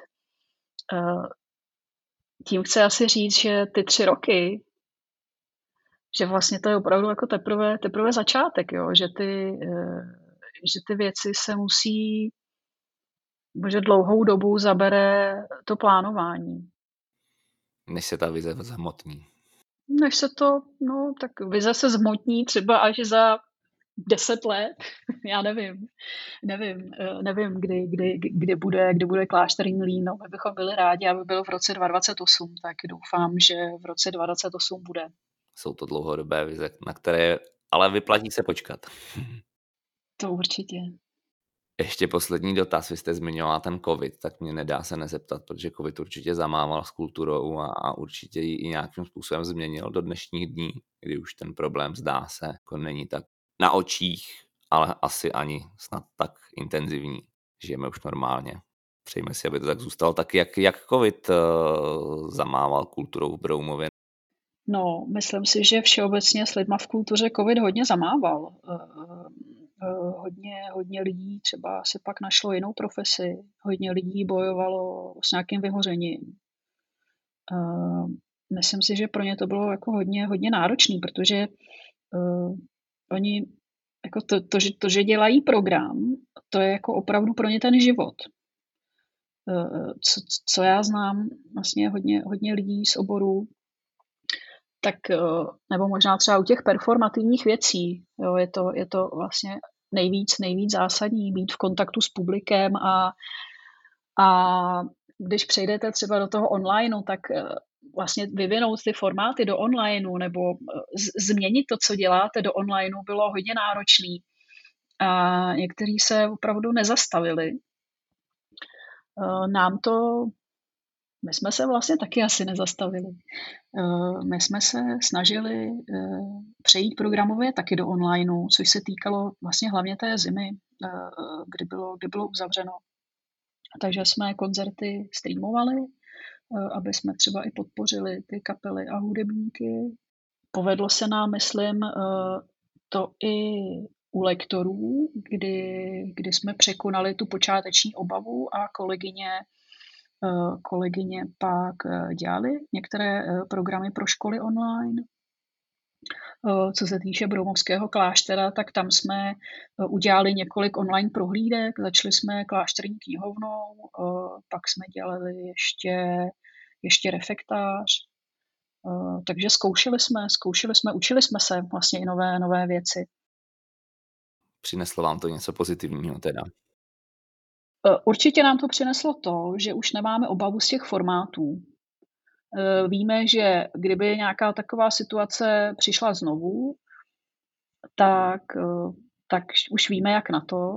[SPEAKER 2] Tím chci asi říct, že ty tři roky, že vlastně to je opravdu jako teprve, teprve začátek, jo? Že, ty, že ty věci se musí, že dlouhou dobu zabere to plánování.
[SPEAKER 1] Než se ta vize zhmotní.
[SPEAKER 2] Než se to, no tak vize se zhmotní třeba až za deset let, já nevím, nevím, nevím, kdy, kdy, kdy, bude, kdy bude klášter Mlýn, no, my bychom byli rádi, aby byl v roce dva tisíce dvacet osm, tak doufám, že v roce dva tisíce dvacet osm bude.
[SPEAKER 1] Jsou to dlouhodobé vize, na které ale vyplatí se počkat.
[SPEAKER 2] To určitě.
[SPEAKER 1] Ještě poslední dotaz, vy jste zmiňovala ten covid, tak mě nedá se nezeptat, protože covid určitě zamával s kulturou a, a určitě ji i nějakým způsobem změnil do dnešních dní, kdy už ten problém zdá se, jako není tak na očích, ale asi ani snad tak intenzivní. Žijeme už normálně. Přejme si, aby to tak zůstalo. Tak jak, jak covid uh, zamával kulturou v Broumově?
[SPEAKER 2] No, myslím si, že všeobecně s lidma v kultuře covid hodně zamával. Uh, uh, hodně, hodně lidí třeba se pak našlo jinou profesi. Hodně lidí bojovalo s nějakým vyhořením. Uh, myslím si, že pro ně to bylo jako hodně, hodně náročný, protože uh, oni jako to, to, že, to, že dělají program, to je jako opravdu pro ně ten život. Co, co já znám vlastně hodně, hodně lidí z oboru, tak, nebo možná třeba u těch performativních věcí, jo, je, to, je to vlastně nejvíc, nejvíc zásadní být v kontaktu s publikem a, a když přejdete třeba do toho onlineu, tak vlastně vyvinout ty formáty do onlineu nebo z, změnit to, co děláte do onlineu, bylo hodně náročný. A někteří se opravdu nezastavili. Nám to, my jsme se vlastně taky asi nezastavili. My jsme se snažili přejít programově taky do onlineu, což se týkalo vlastně hlavně té zimy, kdy bylo, kdy bylo uzavřeno. Takže jsme koncerty streamovali, aby jsme třeba i podpořili ty kapely a hudebníky. Povedlo se nám, myslím, to i u lektorů, kdy, kdy jsme překonali tu počáteční obavu a kolegyně, kolegyně pak dělali některé programy pro školy online. Co se týče Broumovského kláštera, tak tam jsme udělali několik online prohlídek. Začali jsme klášterní knihovnou, pak jsme dělali ještě, ještě refektář. Takže zkoušeli jsme, zkoušeli jsme, učili jsme se vlastně i nové, nové věci.
[SPEAKER 1] Přineslo vám to něco pozitivního teda?
[SPEAKER 2] Určitě nám to přineslo to, že už nemáme obavu z těch formátů. Víme, že kdyby nějaká taková situace přišla znovu, tak, tak už víme, jak na to.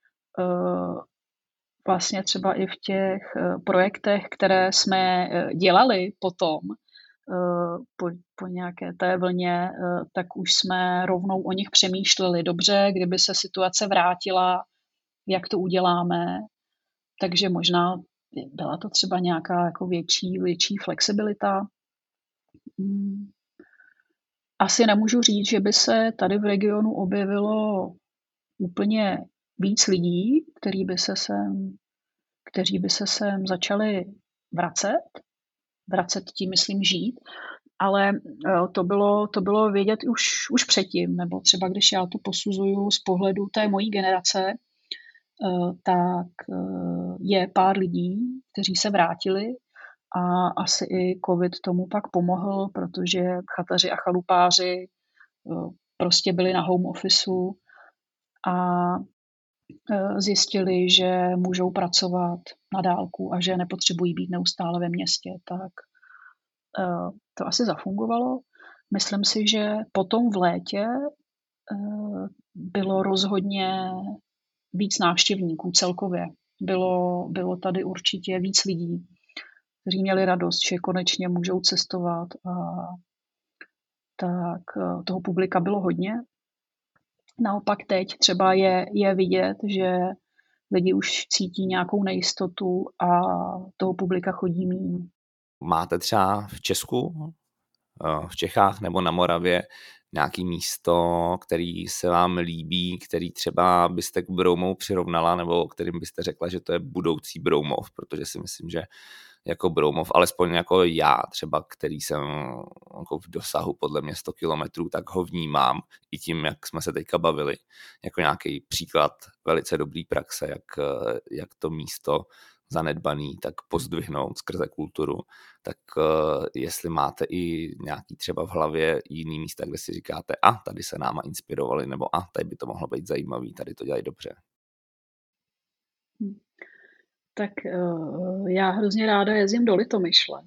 [SPEAKER 2] Vlastně třeba i v těch projektech, které jsme dělali potom, po, po nějaké té vlně, tak už jsme rovnou o nich přemýšleli. Dobře, kdyby se situace vrátila, jak to uděláme. Takže možná byla to třeba nějaká jako větší, větší flexibilita. Asi nemůžu říct, že by se tady v regionu objevilo úplně víc lidí, kteří by se sem, kteří by se sem začali vracet. Vracet tím myslím žít. Ale to bylo, to bylo vědět už, už předtím. Nebo třeba když já to posuzuju z pohledu té mojí generace, tak je pár lidí, kteří se vrátili a asi i covid tomu pak pomohl, protože chataři a chalupáři prostě byli na home officeu a zjistili, že můžou pracovat na dálku a že nepotřebují být neustále ve městě. Tak to asi zafungovalo. Myslím si, že potom v létě bylo rozhodně víc návštěvníků celkově. Bylo, bylo tady určitě víc lidí, kteří měli radost, že konečně můžou cestovat. A tak toho publika bylo hodně. Naopak teď třeba je, je vidět, že lidi už cítí nějakou nejistotu a toho publika chodí méně.
[SPEAKER 1] Máte třeba v Česku, v Čechách nebo na Moravě nějaký místo, který se vám líbí, který třeba byste k Broumou přirovnala, nebo kterým byste řekla, že to je budoucí Broumov, protože si myslím, že jako Broumov, alespoň jako já třeba, který jsem jako v dosahu podle mě sto kilometrů, tak ho vnímám i tím, jak jsme se teďka bavili, jako nějaký příklad velice dobrý praxe, jak, jak to místo zanedbaný, tak pozdvihnout skrze kulturu, tak uh, jestli máte i nějaký třeba v hlavě jiný místa, kde si říkáte, a tady se náma inspirovali, nebo a tady by to mohlo být zajímavý, tady to dělají dobře.
[SPEAKER 2] Hmm. Tak uh, já hrozně ráda jezdím do Litomyšle.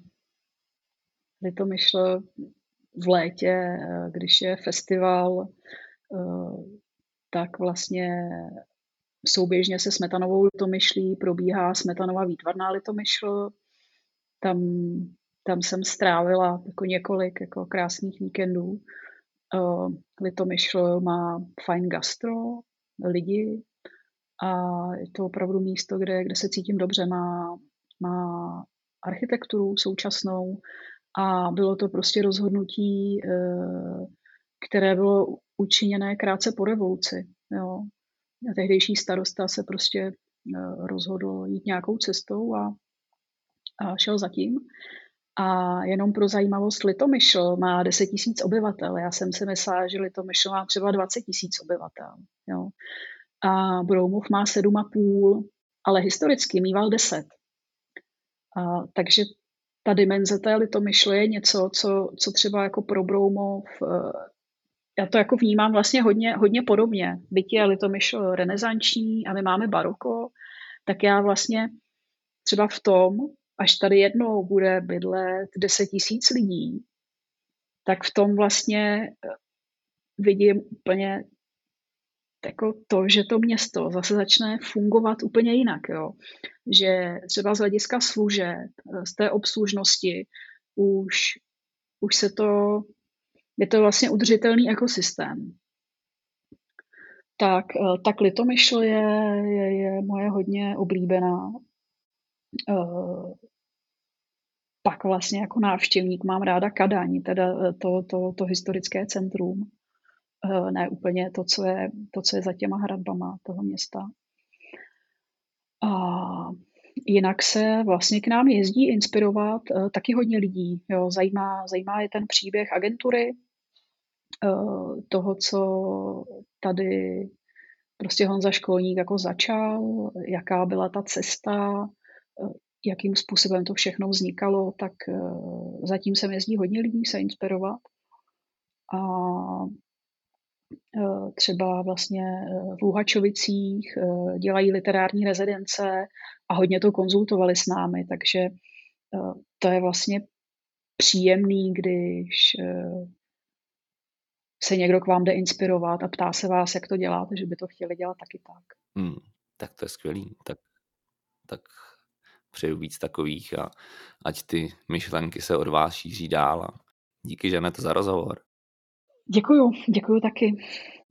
[SPEAKER 2] Litomyšl v létě, když je festival, uh, tak vlastně souběžně se Smetanovou Litomyšlí probíhá Smetanova výtvarná Litomyšl. Tam, tam jsem strávila jako několik jako krásných víkendů. Uh, Litomyšl má fajn gastro, lidi a je to opravdu místo, kde, kde se cítím dobře. Má, má architekturu současnou a bylo to prostě rozhodnutí, uh, které bylo učiněné krátce po revoluci. Jo. Tehdejší starosta se prostě rozhodl jít nějakou cestou a, a šel za tím. A jenom pro zajímavost, Litomyšl má deset tisíc obyvatel. Já jsem si myslela, že Litomyšl má třeba dvacet tisíc obyvatel. Jo. A Broumov má sedm a půl, ale historicky mýval deset. A, takže ta dimenze té Litomyšle je něco, co, co třeba jako pro Broumov, já to jako vnímám vlastně hodně, hodně podobně. Byť je Litomyšl renesanční a my máme baroko, tak já vlastně třeba v tom, až tady jednou bude bydlet deset tisíc lidí, tak v tom vlastně vidím úplně jako to, že to město zase začne fungovat úplně jinak. Jo. Že třeba z hlediska služeb, z té obslužnosti už, už se to, je to vlastně udržitelný ekosystém. Tak, tak Litomyšl je, je, je moje hodně oblíbená. Uh, pak vlastně jako návštěvník mám ráda Kadaň, teda to, to, to historické centrum. Uh, ne úplně to co, je, to, co je za těma hradbama toho města. A jinak se vlastně k nám jezdí inspirovat uh, taky hodně lidí. Jo. Zajímá, zajímá je ten příběh agentury, uh, toho, co tady prostě Honza Školník jako začal, jaká byla ta cesta, jakým způsobem to všechno vznikalo, tak zatím sem jezdí hodně lidí se inspirovat. A třeba vlastně v Luhačovicích dělají literární rezidence a hodně to konzultovali s námi, takže to je vlastně příjemný, když se někdo k vám jde inspirovat a ptá se vás, jak to děláte, že by to chtěli dělat taky tak.
[SPEAKER 1] Hmm, tak to je skvělý. Tak, tak přeju víc takových a ať ty myšlenky se od vás šíří dál. A díky, Žaneto, za rozhovor.
[SPEAKER 2] Děkuju, děkuju taky.